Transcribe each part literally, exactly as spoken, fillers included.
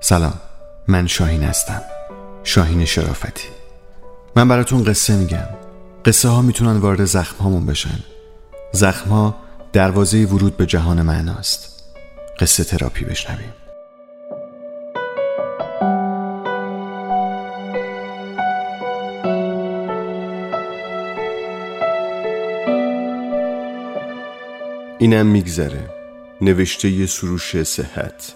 سلام، من شاهین هستم، شاهین شرافتی. من براتون قصه میگم. قصه ها میتونن وارد زخم هامون بشن. زخم ها دروازه ورود به جهان معناست. قصه تراپی بشنویم. اینم میگذره. نوشته ی سروش صحت.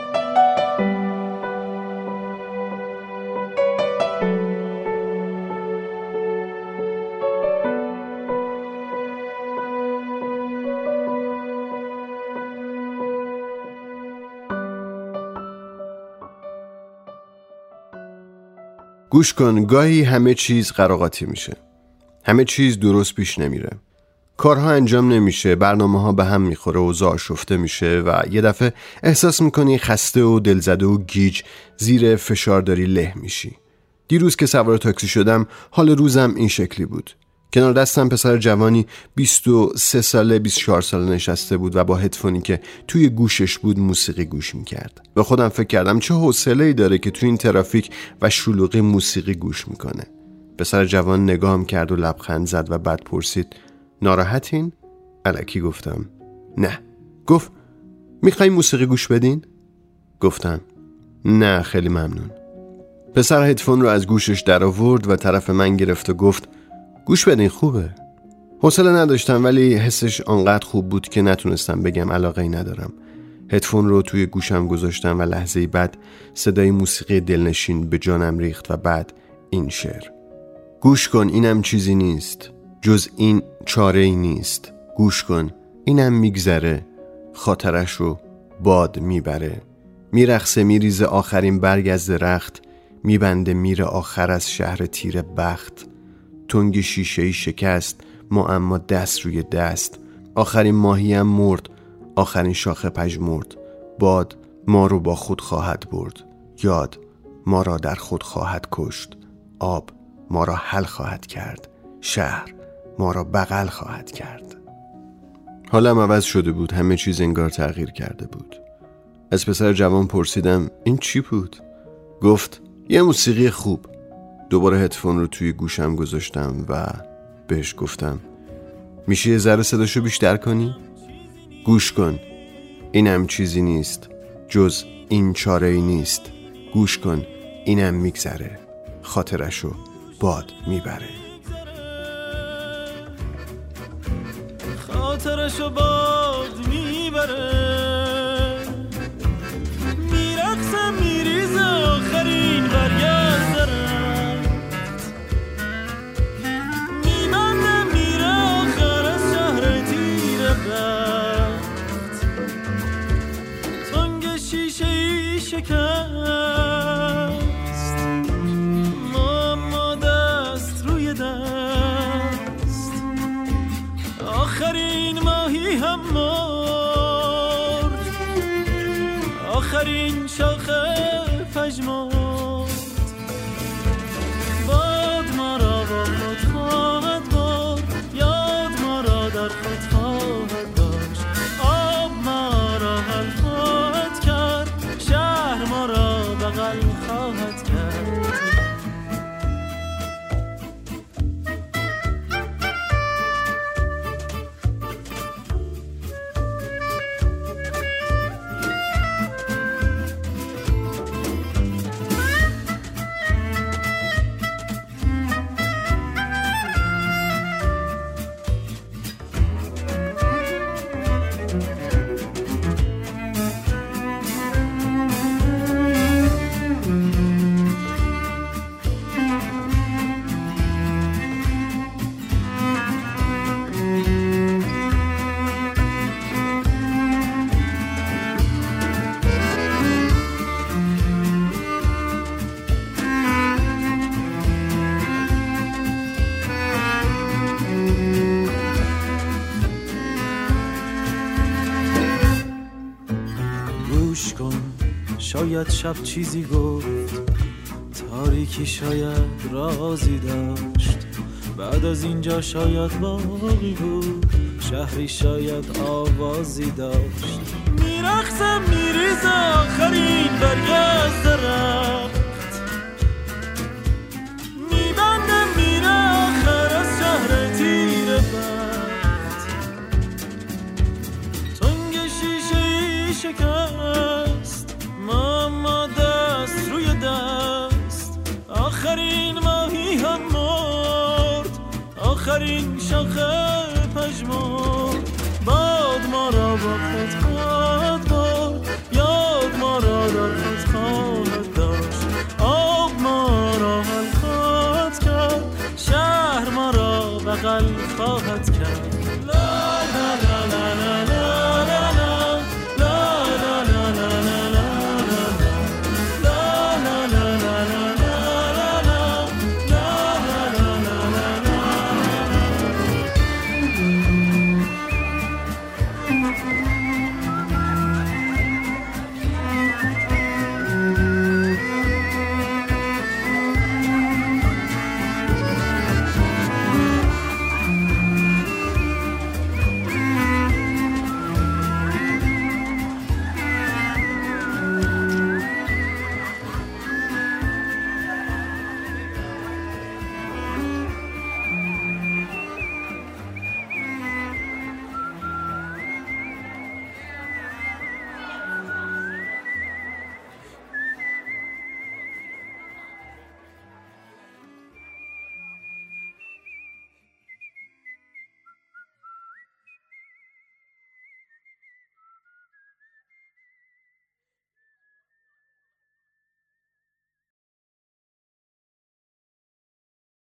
گوش کن، گاهی همه چیز قراقاتی میشه. همه چیز درست پیش نمیره. کارها انجام نمیشه، برنامه ها به هم میخوره، اوضاع شفته میشه و یه دفعه احساس میکنی خسته و دلزده و گیج، زیر فشار داری له میشی. دیروز که سوار تاکسی شدم، حال روزم این شکلی بود. کنار دستم پسر جوانی بیست و سه ساله بیست و چهار ساله نشسته بود و با هدفونی که توی گوشش بود موسیقی گوش میکرد. به خودم فکر کردم چه حوصله‌ای داره که توی این ترافیک و شلوغی موسیقی گوش میکنه. پسر جوان نگاهم کرد و لبخند زد و بعد پرسید ناراحتین؟ الکی گفتم نه. گفت میخوای موسیقی گوش بدین؟ گفتم نه خیلی ممنون. پسر هدفون رو از گوشش در آورد و طرف من گرفت و گفت گوش بدین خوبه. حوصله نداشتم ولی حسش آنقدر خوب بود که نتونستم بگم علاقه‌ای ندارم. هدفون رو توی گوشم گذاشتم و لحظه‌ای بعد صدای موسیقی دلنشین به جانم ریخت و بعد این شعر. گوش کن اینم چیزی نیست، جز این چاره‌ای نیست. گوش کن اینم میگذره، خاطرش رو باد میبره. میرقصه میریزه آخرین برگ از درخت، میبنده میره آخر از شهر تیر بخت. تنگ شیشه‌ای شکست، ما اما دست روی دست. آخرین ماهی هم مرد، آخرین شاخه پژمرد. باد ما رو با خود خواهد برد، یاد ما را در خود خواهد کشت. آب ما را حل خواهد کرد، شهر ما را بغل خواهد کرد. حالم عوض شده بود، همه چیز انگار تغییر کرده بود. از پسر جوان پرسیدم این چی بود؟ گفت یه موسیقی خوب. دوباره هدفون رو توی گوشم گذاشتم و بهش گفتم میشه یه ذره صداشو بیشتر کنی؟ گوش کن اینم چیزی نیست، جز این چاره‌ای نیست. گوش کن اینم میگذره، خاطرشو باد میبره. خاطرشو باد میبره. میرقصه میریزه آخرین برگ از درخت. میبنده میره آخر از شهر تیر بخت. تنگ شیشه ای شکست، ما اما دست روی دست. آخرین ماهی هم مرد، آخرین شاخه پژمرد. باد ما را با خود خواهد برد، یاد ما را در خود خواهد داشت. آب ما را حل خواهد کرد، شهر ما را بغل خواهد کرد. گوش کن شاید شب چیزی گفت، تاریکی شاید رازی داشت. بعد از اینجا شاید باقی بود، شهری شاید آوازی داشت. میرخصم میریز آخرین برگ از درخت، میبندم میره آخر از شهر تیره بخت. تنگ شیشه شکست ماما دست روی دست، آخرین ماهی هم مرد، آخرین شاخه پژمرد. باد ما را با خود خواهد برد، یاد ما را در خود خواهد داشت. آب ما را حل خواهد کرد، شهر ما را بغل خواهد